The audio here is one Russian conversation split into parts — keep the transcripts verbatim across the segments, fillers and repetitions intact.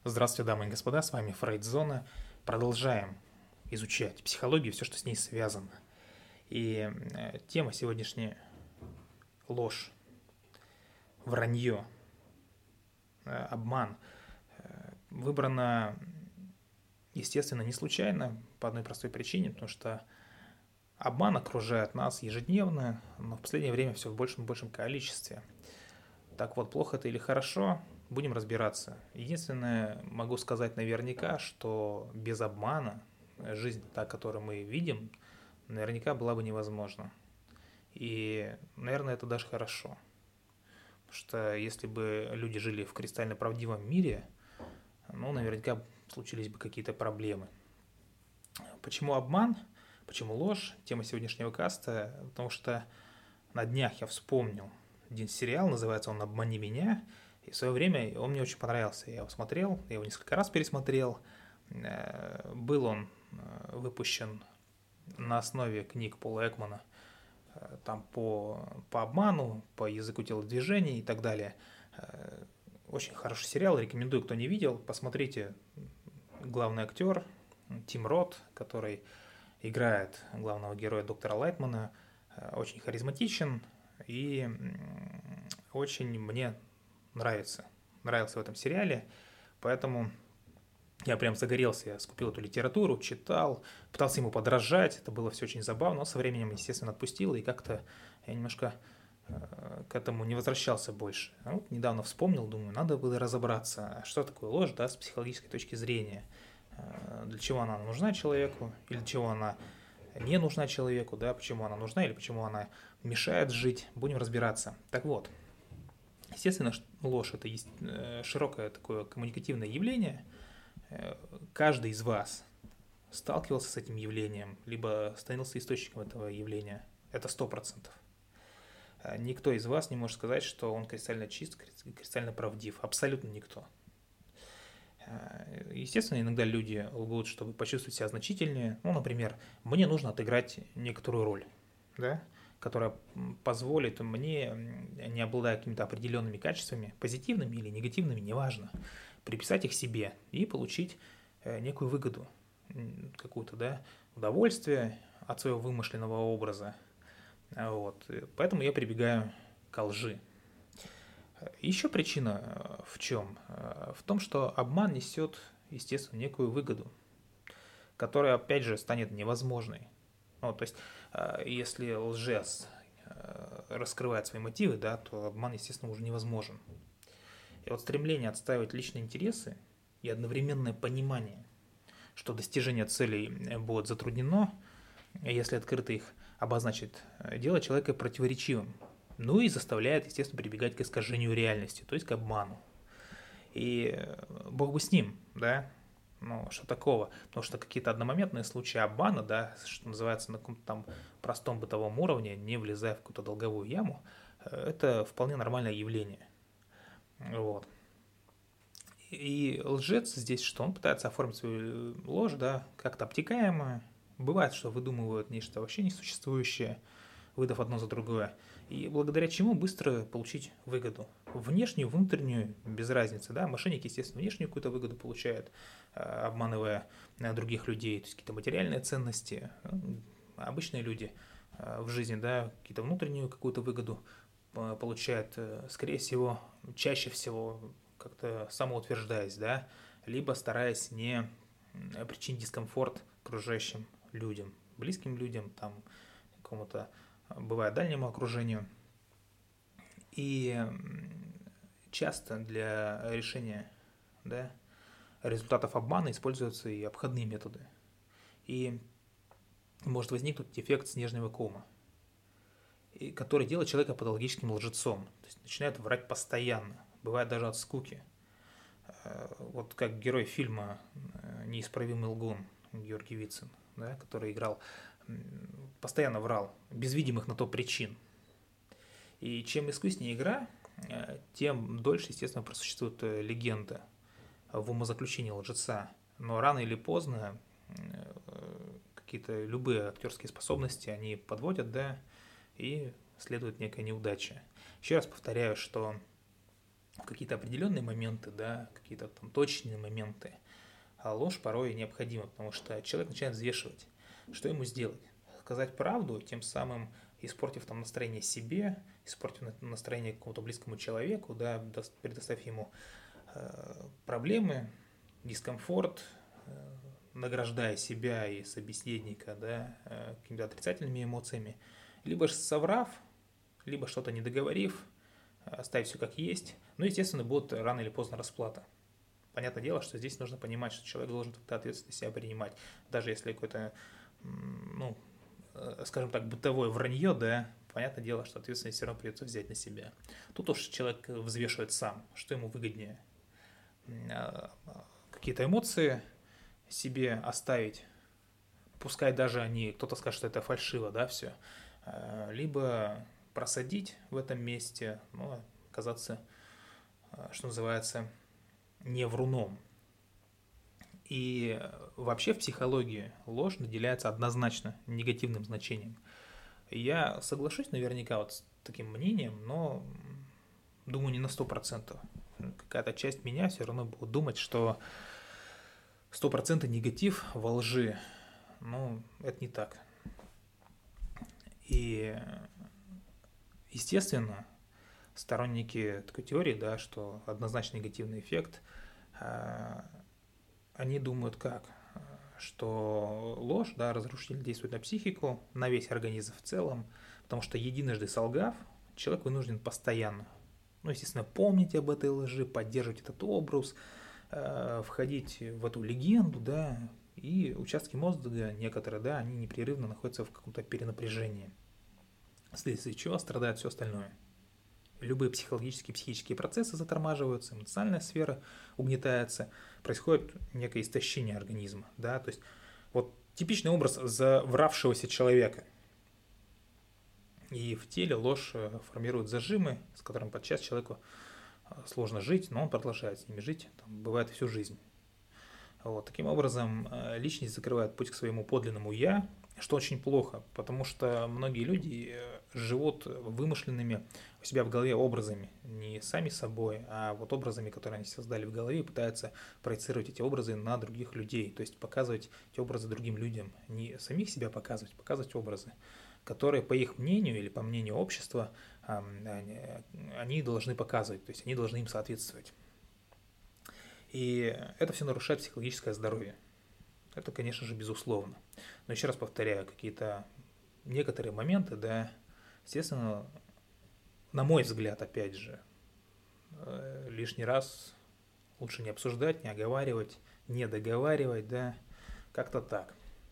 Здравствуйте, дамы и господа, с вами Фрейд-зона. Продолжаем изучать психологию, все, что с ней связано. И э, тема сегодняшняя – ложь, вранье, э, обман. Э, выбрана, естественно, не случайно, по одной простой причине, потому что обман окружает нас ежедневно, но в последнее время все в большем и большем количестве. Так вот, плохо это или хорошо, будем разбираться. Единственное, могу сказать наверняка, что без обмана жизнь, та, которую мы видим, наверняка была бы невозможна. И, наверное, это даже хорошо. Потому что если бы люди жили в кристально правдивом мире, ну, наверняка случились бы какие-то проблемы. Почему обман? Почему ложь? Тема сегодняшнего каста. Потому что на днях я вспомнил один сериал, называется он «Обмани меня», и в свое время он мне очень понравился. Я его смотрел, я его несколько раз пересмотрел. Был он выпущен на основе книг Пола Экмана, там по, по обману, по языку телодвижений и так далее. Очень хороший сериал, рекомендую, кто не видел, посмотрите. Главный актер Тим Рот, который играет главного героя доктора Лайтмана, очень харизматичен и очень мне нравится. Нравился в этом сериале, поэтому я прям загорелся, я скупил эту литературу, читал, пытался ему подражать, это было все очень забавно, но со временем, естественно, отпустил, и как-то я немножко э, к этому не возвращался больше. А вот недавно вспомнил, думаю, надо было разобраться, что такое ложь, да, с психологической точки зрения, э, для чего она нужна человеку, или для чего она не нужна человеку, да, почему она нужна или почему она мешает жить, будем разбираться. Так вот, естественно, ложь – это есть широкое такое коммуникативное явление. Каждый из вас сталкивался с этим явлением, либо становился источником этого явления. Это сто процентов. Никто из вас не может сказать, что он кристально чист, кристально правдив. Абсолютно никто. Естественно, иногда люди лгут, чтобы почувствовать себя значительнее. Ну, например, мне нужно отыграть некоторую роль, да, которая позволит мне, не обладая какими-то определенными качествами, позитивными или негативными, неважно, приписать их себе и получить некую выгоду, какую-то, да, удовольствие от своего вымышленного образа. Вот. Поэтому я прибегаю к лжи. Еще причина в чем? В том, что обман несет, естественно, некую выгоду, которая, опять же, станет невозможной. Ну, то есть, если лжец раскрывает свои мотивы, да, то обман, естественно, уже невозможен. И вот стремление отстаивать личные интересы и одновременное понимание, что достижение целей будет затруднено, если открыто их обозначит, делает человека противоречивым. Ну и заставляет, естественно, прибегать к искажению реальности, то есть к обману. И бог бы с ним, да, ну, что такого? Потому что какие-то одномоментные случаи обмана, да, что называется, на каком-то там простом бытовом уровне, не влезая в какую-то долговую яму, это вполне нормальное явление. Вот. И лжец здесь что? Он пытается оформить свою ложь, да, как-то обтекаемо. Бывает, что выдумывают нечто вообще несуществующее, выдав одно за другое. И благодаря чему быстро получить выгоду. Внешнюю, внутреннюю, без разницы. Да? Мошенники, естественно, внешнюю какую-то выгоду получают, обманывая других людей. То есть какие-то материальные ценности. Обычные люди в жизни, да, какие-то внутреннюю какую-то выгоду получают, скорее всего, чаще всего как-то самоутверждаясь, да, либо стараясь не причинить дискомфорт окружающим людям, близким людям, там, какому-то, бывает, дальнему окружению. И часто для решения, да, результатов обмана используются и обходные методы. И может возникнуть эффект снежного кома, который делает человека патологическим лжецом. То есть начинает врать постоянно, бывает даже от скуки. Вот как герой фильма «Неисправимый лгун» Георгий Вицин, да, который играл, постоянно врал, без видимых на то причин. И чем искуснее игра, тем дольше, естественно, просуществует легенда в умозаключении лжеца. Но рано или поздно какие-то любые актерские способности, они подводят, да, и следует некая неудача. Еще раз повторяю, что в какие-то определенные моменты, да, какие-то там точные моменты, а ложь порой необходима, потому что человек начинает взвешивать, что ему сделать. Сказать правду, тем самым испортив там настроение себе, испортив настроение какому-то близкому человеку, да, предоставив ему э, проблемы, дискомфорт, э, награждая себя и собеседника, да, э, какими-то отрицательными эмоциями, либо же соврав, либо что-то не договорив, оставить все как есть. Ну, естественно, будет рано или поздно расплата. Понятное дело, что здесь нужно понимать, что человек должен как-то ответственность себя принимать. Даже если какое-то, ну, скажем так, бытовое вранье, да, понятное дело, что ответственность все равно придется взять на себя. Тут уж человек взвешивает сам, что ему выгоднее. Какие-то эмоции себе оставить, пускай даже они, кто-то скажет, что это фальшиво, да, все, либо просадить в этом месте, ну, оказаться, что называется, не вруном. И вообще в психологии ложь наделяется однозначно негативным значением. Я соглашусь наверняка вот с таким мнением, но думаю не на сто процентов. Какая-то часть меня все равно будет думать, что сто процентов негатив во лжи. Ну, это не так. И, естественно, сторонники такой теории, да, что однозначно негативный эффект, они думают как? Что ложь, да, разрушительно действует на психику, на весь организм в целом, потому что единожды солгав, человек вынужден постоянно, ну, естественно, помнить об этой лжи, поддерживать этот образ, э, входить в эту легенду, да, и участки мозга некоторые, да, они непрерывно находятся в каком-то перенапряжении, вследствие чего страдает все остальное. Любые психологические, психические процессы затормаживаются, эмоциональная сфера угнетается, происходит некое истощение организма, да, то есть вот типичный образ завравшегося человека. И в теле ложь формирует зажимы, с которыми подчас человеку сложно жить, но он продолжает с ними жить, там, бывает всю жизнь. Вот, таким образом, личность закрывает путь к своему подлинному «я», что очень плохо, потому что многие люди живут вымышленными у себя в голове образами, не сами собой, а вот образами, которые они создали в голове, и пытаются проецировать эти образы на других людей, то есть показывать эти образы другим людям, не самих себя показывать, показывать образы, которые, по их мнению или по мнению общества, они должны показывать, то есть они должны им соответствовать. И это все нарушает психологическое здоровье. Это, конечно же, безусловно. Но еще раз повторяю, какие-то некоторые моменты, да, естественно, на мой взгляд, опять же, лишний раз лучше не обсуждать, не оговаривать, не договаривать, да, как-то так.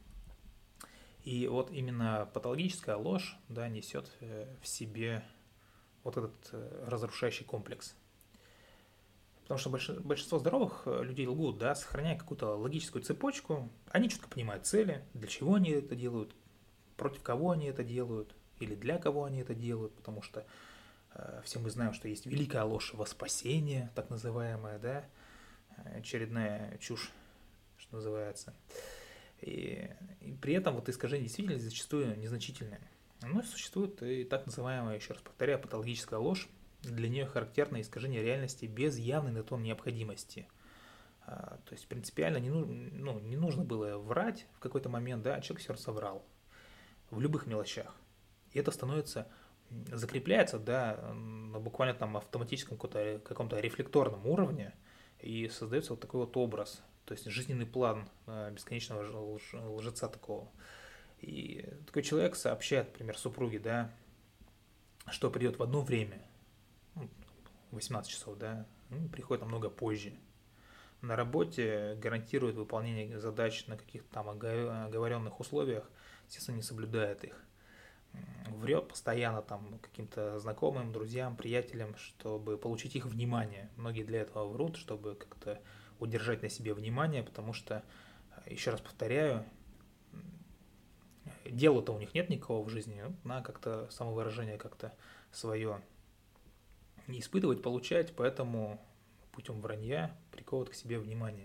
И вот именно патологическая ложь, да, несет в себе вот этот разрушающий комплекс. Потому что большинство здоровых людей лгут, да, сохраняя какую-то логическую цепочку. Они четко понимают цели, для чего они это делают, против кого они это делают, или для кого они это делают, потому что э, все мы знаем, что есть великая ложь во спасение, так называемая, да, очередная чушь, что называется. И, и при этом вот искажение действительности зачастую незначительное. Но существует и так называемая, еще раз повторяю, патологическая ложь. Для нее характерно искажение реальности без явной на то необходимости. А, то есть принципиально не, ну, ну, не нужно было врать в какой-то момент, да, а человек все равно соврал. В любых мелочах. И это становится, закрепляется, да, на буквально там автоматическом каком-то, каком-то рефлекторном уровне, и создается вот такой вот образ, то есть жизненный план бесконечного лжеца такого. И такой человек сообщает, например, супруге, да, что придет в одно время, восемнадцать часов, да, ну, приходит намного позже. На работе гарантирует выполнение задач на каких-то там оговоренных условиях, естественно, не соблюдает их. Врет постоянно там каким-то знакомым, друзьям, приятелям, чтобы получить их внимание. Многие для этого врут, чтобы как-то удержать на себе внимание, потому что, еще раз повторяю, дела-то у них нет никакого в жизни, на как-то самовыражение как-то свое не испытывать, получать, поэтому путем вранья приковывают к себе внимание.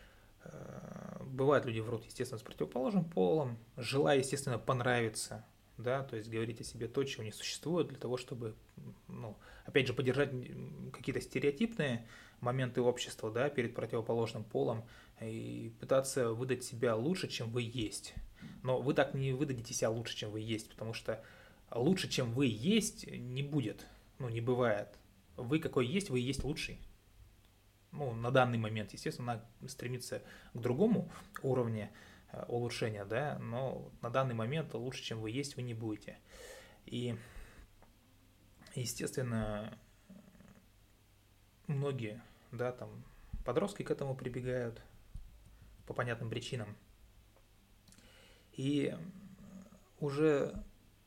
Бывают люди врут, естественно, с противоположным полом, желая, естественно, понравиться, да, то есть говорить о себе то, чего не существует, для того, чтобы, ну, опять же, поддержать какие-то стереотипные моменты общества, да, перед противоположным полом и пытаться выдать себя лучше, чем вы есть. Но вы так не выдадите себя лучше, чем вы есть, потому что лучше, чем вы есть, не будет, ну, не бывает. Вы какой есть, вы и есть лучший. Ну, на данный момент, естественно, надо стремиться к другому уровню э, улучшения, да, но на данный момент лучше, чем вы есть, вы не будете. И, естественно, многие, да, там, подростки к этому прибегают по понятным причинам. И уже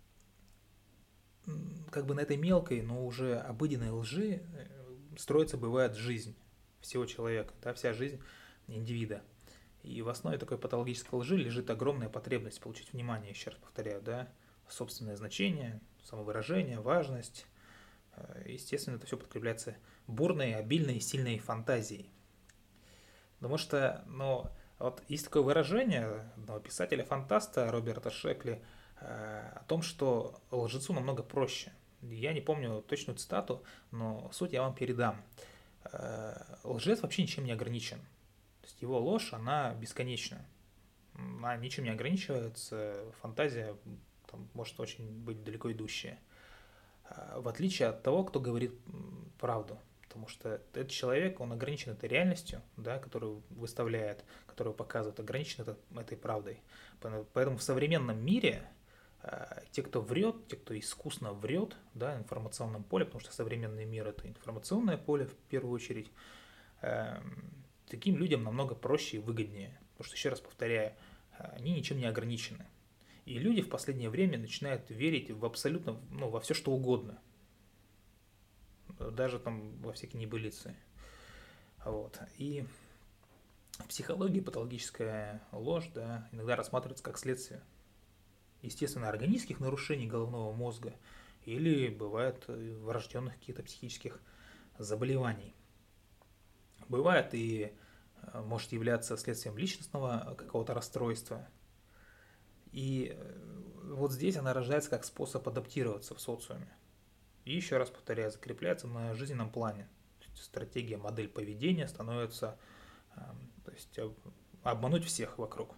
как бы на этой мелкой, но уже обыденной лжи строится, бывает, жизнь всего человека, да, вся жизнь индивида. И в основе такой патологической лжи лежит огромная потребность получить внимание, еще раз повторяю, да, собственное значение, самовыражение, важность. Естественно, это все подкрепляется бурной, обильной, сильной фантазией. Потому что, ну, вот есть такое выражение одного писателя-фантаста Роберта Шекли о том, что лжецу намного проще. Я не помню точную цитату, но суть я вам передам. Лжец вообще ничем не ограничен. То есть его ложь, она бесконечна. Она ничем не ограничивается, фантазия там, может очень быть далеко идущая. В отличие от того, кто говорит правду. Потому что этот человек, он ограничен этой реальностью, да, которую выставляет, которую показывает, ограничен это, этой правдой. Поэтому в современном мире те, кто врет, те, кто искусно врет, да, в информационном поле, потому что современный мир – это информационное поле в первую очередь, э, таким людям намного проще и выгоднее. Потому что, еще раз повторяю, они ничем не ограничены. И люди в последнее время начинают верить в абсолютно, ну, во все что угодно. Даже там во всякие небылицы. Вот. И в психологии патологическая ложь, да, иногда рассматривается как следствие, естественно, органических нарушений головного мозга или бывает врожденных каких-то психических заболеваний. Бывает и может являться следствием личностного какого-то расстройства. И вот здесь она рождается как способ адаптироваться в социуме. И еще раз повторяю, закрепляется на жизненном плане. Стратегия, модель поведения становится, то есть, обмануть всех вокруг.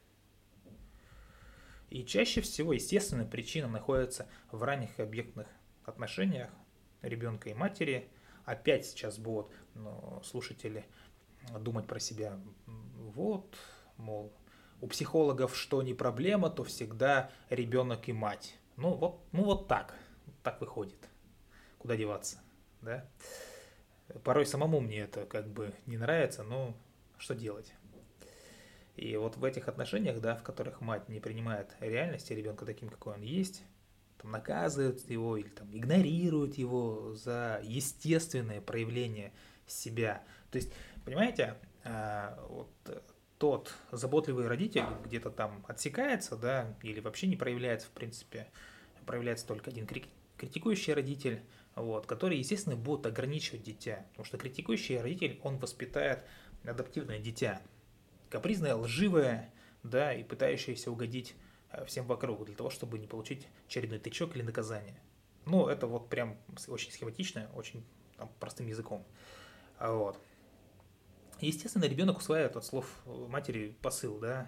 И чаще всего, естественно, причина находится в ранних объектных отношениях ребенка и матери. Опять сейчас будут, ну, слушатели думать про себя. Вот, мол, у психологов что не проблема, то всегда ребенок и мать. Ну вот, ну вот так, так выходит. Куда деваться, да? Порой самому мне это как бы не нравится, но что делать? И вот в этих отношениях, да, в которых мать не принимает реальности ребенка таким, какой он есть, там, наказывает его или там, игнорирует его за естественное проявление себя. То есть, понимаете, вот тот заботливый родитель где-то там отсекается, да, или вообще не проявляется, в принципе, проявляется только один критикующий родитель, вот, который, естественно, будет ограничивать дитя, потому что критикующий родитель, он воспитает адаптивное дитя, капризное, лживое, да, и пытающееся угодить всем вокруг для того, чтобы не получить очередной тычок или наказание. Ну, это вот прям очень схематично, очень там, простым языком. Вот. Естественно, ребенок усваивает от слов матери посыл, да.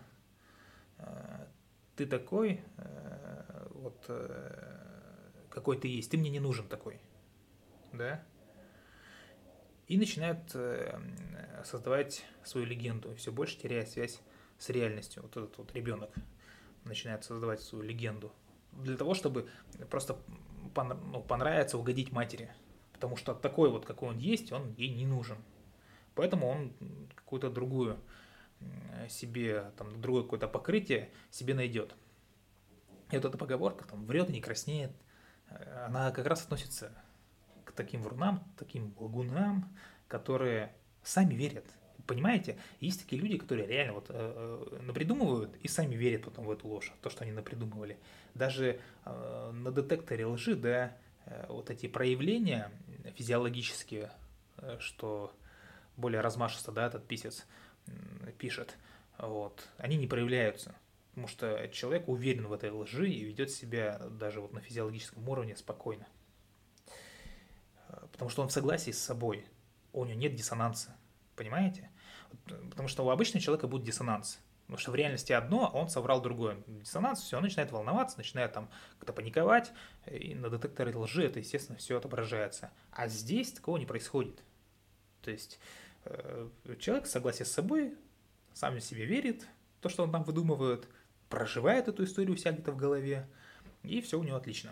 Ты такой, вот какой ты есть, ты мне не нужен такой, да. И начинает создавать свою легенду, все больше теряя связь с реальностью. Вот этот вот ребенок начинает создавать свою легенду для того, чтобы просто ну, понравиться, угодить матери. Потому что такой вот, какой он есть, он ей не нужен. Поэтому он какую-то другую себе, там, другое какое-то покрытие себе найдет. И вот эта поговорка, там, врет и не краснеет, она как раз относится к таким врунам, таким лгунам, которые сами верят. Понимаете, есть такие люди, которые реально вот э, напридумывают и сами верят потом в эту ложь, то, что они напридумывали. Даже э, на детекторе лжи, да, э, вот эти проявления физиологические, э, что более размашисто, да, этот писец э, пишет, вот, они не проявляются. Потому что человек уверен в этой лжи и ведет себя даже вот на физиологическом уровне спокойно. Потому что он в согласии с собой. У него нет диссонанса. Понимаете? Потому что у обычного человека будет диссонанс. Потому что в реальности одно, а он соврал другое. Диссонанс, все, он начинает волноваться, начинает там как-то паниковать, и на детекторе лжи это, естественно, все отображается. А здесь такого не происходит. То есть э, человек в согласии с собой, сам себе верит, то, что он там выдумывает, проживает эту историю у себя где-то в голове, и все у него отлично.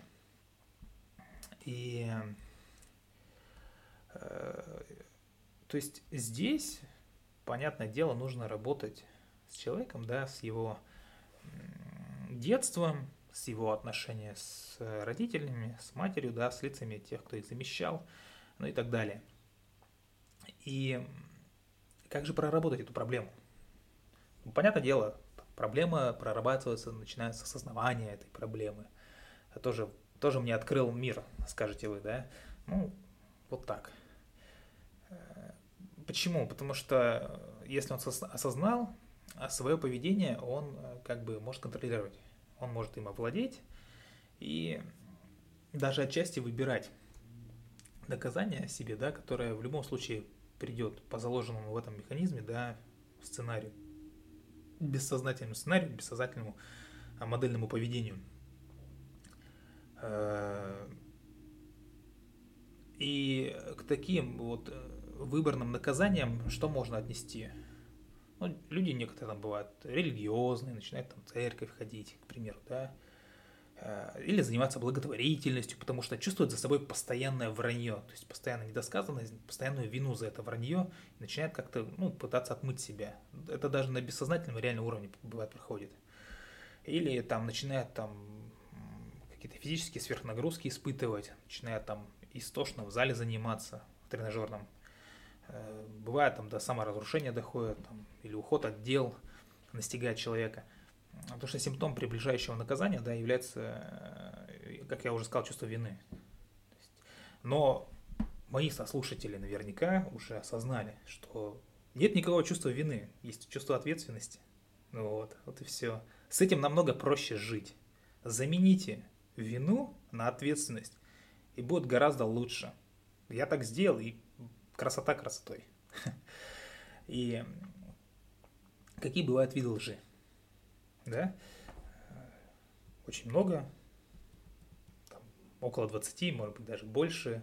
И э, то есть здесь, понятное дело, нужно работать с человеком, да, с его детством, с его отношения с родителями, с матерью, да, с лицами тех, кто их замещал, ну и так далее. И как же проработать эту проблему? Ну, понятное дело, проблема прорабатывается, начинается с осознавания этой проблемы. Это тоже, тоже мне открыл мир, скажете вы, да? Ну, вот так. Почему? Потому что если он осознал, свое поведение он как бы может контролировать. Он может им овладеть и даже отчасти выбирать наказание себе, да, которое в любом случае придет по заложенному в этом механизме, да, сценарию, бессознательному сценарию, бессознательному модельному поведению. И к таким вот выборным наказаниям что можно отнести? Ну, люди некоторые там бывают религиозные, начинают там в церковь ходить, к примеру, да, или заниматься благотворительностью, потому что чувствуют за собой постоянное вранье, то есть постоянно недосказанность, постоянную вину за это вранье, и начинают как-то, ну, пытаться отмыть себя. Это даже на бессознательном реальном уровне бывает проходит. Или там начинают там какие-то физические сверхнагрузки испытывать, начинают там истошно в зале заниматься, в тренажерном. Бывает там до саморазрушения доходит, там, или уход от дел настигает человека. Потому что симптом приближающего наказания, да, является, как я уже сказал, чувство вины. Но мои сослушатели наверняка уже осознали, что нет никакого чувства вины, есть чувство ответственности. Вот, вот и все. С этим намного проще жить. Замените вину на ответственность, и будет гораздо лучше. Я так сделал, и красота красотой. И какие бывают виды лжи? Да? Очень много. Там, около двадцати, может быть, даже больше.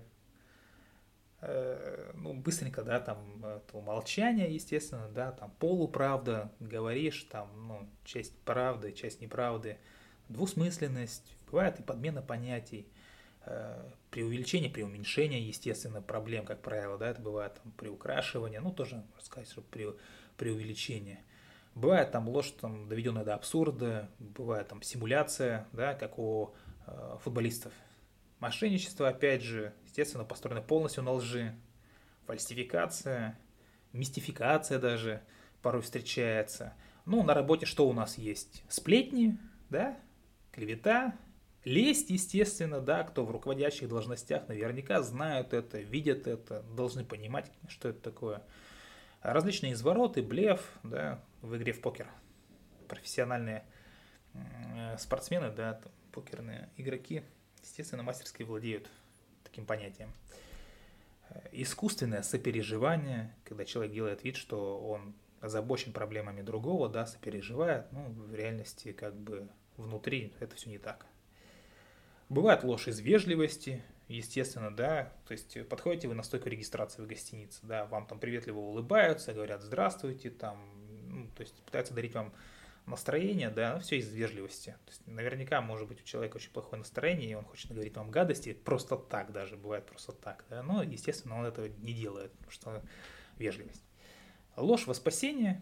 Ну, быстренько, да, там, это умолчание, естественно, да, там, полуправда, говоришь, там, ну, часть правды, часть неправды, двусмысленность, бывает и подмена понятий, преувеличение, преуменьшение, естественно, проблем, как правило, да, это бывает там приукрашивание, ну, тоже, можно сказать, что при, преувеличение. Бывает там ложь, там, доведенная до абсурда, бывает там симуляция, да, как у э, футболистов. Мошенничество, опять же, естественно, построено полностью на лжи. Фальсификация, мистификация даже порой встречается. Ну, на работе что у нас есть? Сплетни, да, клевета, лесть, естественно, да, кто в руководящих должностях наверняка знают это, видят это, должны понимать, что это такое. Различные извороты, блеф, да, в игре в покер. Профессиональные спортсмены, да, там, покерные игроки, естественно, мастерски владеют таким понятием. Искусственное сопереживание, когда человек делает вид, что он озабочен проблемами другого, да, сопереживает, ну, в реальности как бы внутри это все не так. Бывает ложь из вежливости, естественно, да, то есть подходите вы на стойку регистрации в гостинице, да, вам там приветливо улыбаются, говорят здравствуйте, там, ну, то есть пытаются дарить вам настроение, да, ну, все из вежливости. То есть наверняка, может быть, у человека очень плохое настроение, и он хочет говорить вам гадости, просто так даже, бывает просто так, да, но, естественно, он этого не делает, потому что вежливость. Ложь во спасение,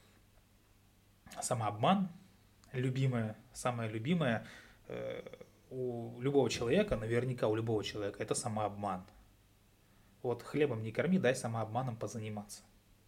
самообман, любимая, самая любимая, э, у любого человека, наверняка у любого человека, это самообман. Вот хлебом не корми, дай самообманом позаниматься.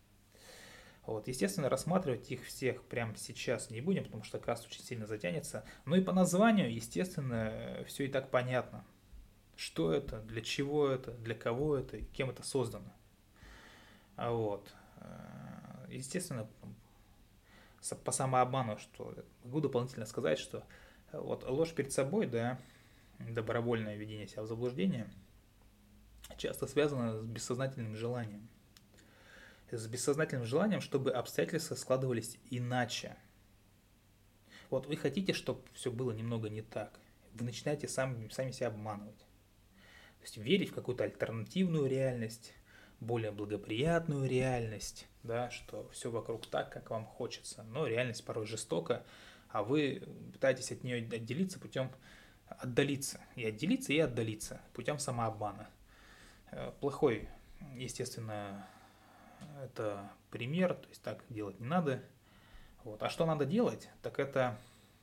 Вот, естественно, рассматривать их всех прямо сейчас не будем, потому что каст очень сильно затянется. Ну и по названию, естественно, все и так понятно. Что это, для чего это, для кого это и кем это создано. Вот. Естественно, по самообману, что могу дополнительно сказать, что вот ложь перед собой, да, добровольное введение себя в заблуждение часто связано с бессознательным желанием. С бессознательным желанием, чтобы обстоятельства складывались иначе. Вот вы хотите, чтобы все было немного не так. Вы начинаете сами, сами себя обманывать. То есть верить в какую-то альтернативную реальность, более благоприятную реальность, да, что все вокруг так, как вам хочется. Но реальность порой жестока, а вы пытаетесь от нее отделиться путем отдалиться. И отделиться, и отдалиться путем самообмана. Плохой, естественно, это пример, то есть так делать не надо. Вот. А что надо делать, так это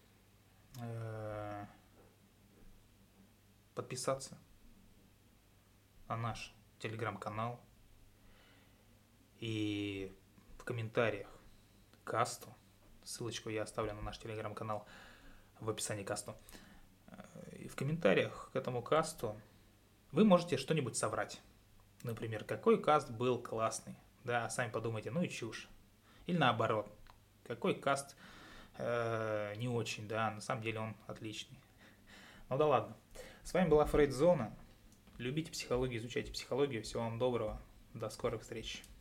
э, подписаться на наш телеграм-канал и в комментариях к касту, ссылочку я оставлю на наш телеграм-канал в описании к касту, и в комментариях к этому касту вы можете что-нибудь соврать. Например, какой каст был классный, да, сами подумайте, ну и чушь. Или наоборот, какой каст э, не очень, да, на самом деле он отличный. Ну да ладно. С вами была Фрейд Зона. Любите психологию, изучайте психологию. Всего вам доброго. До скорых встреч.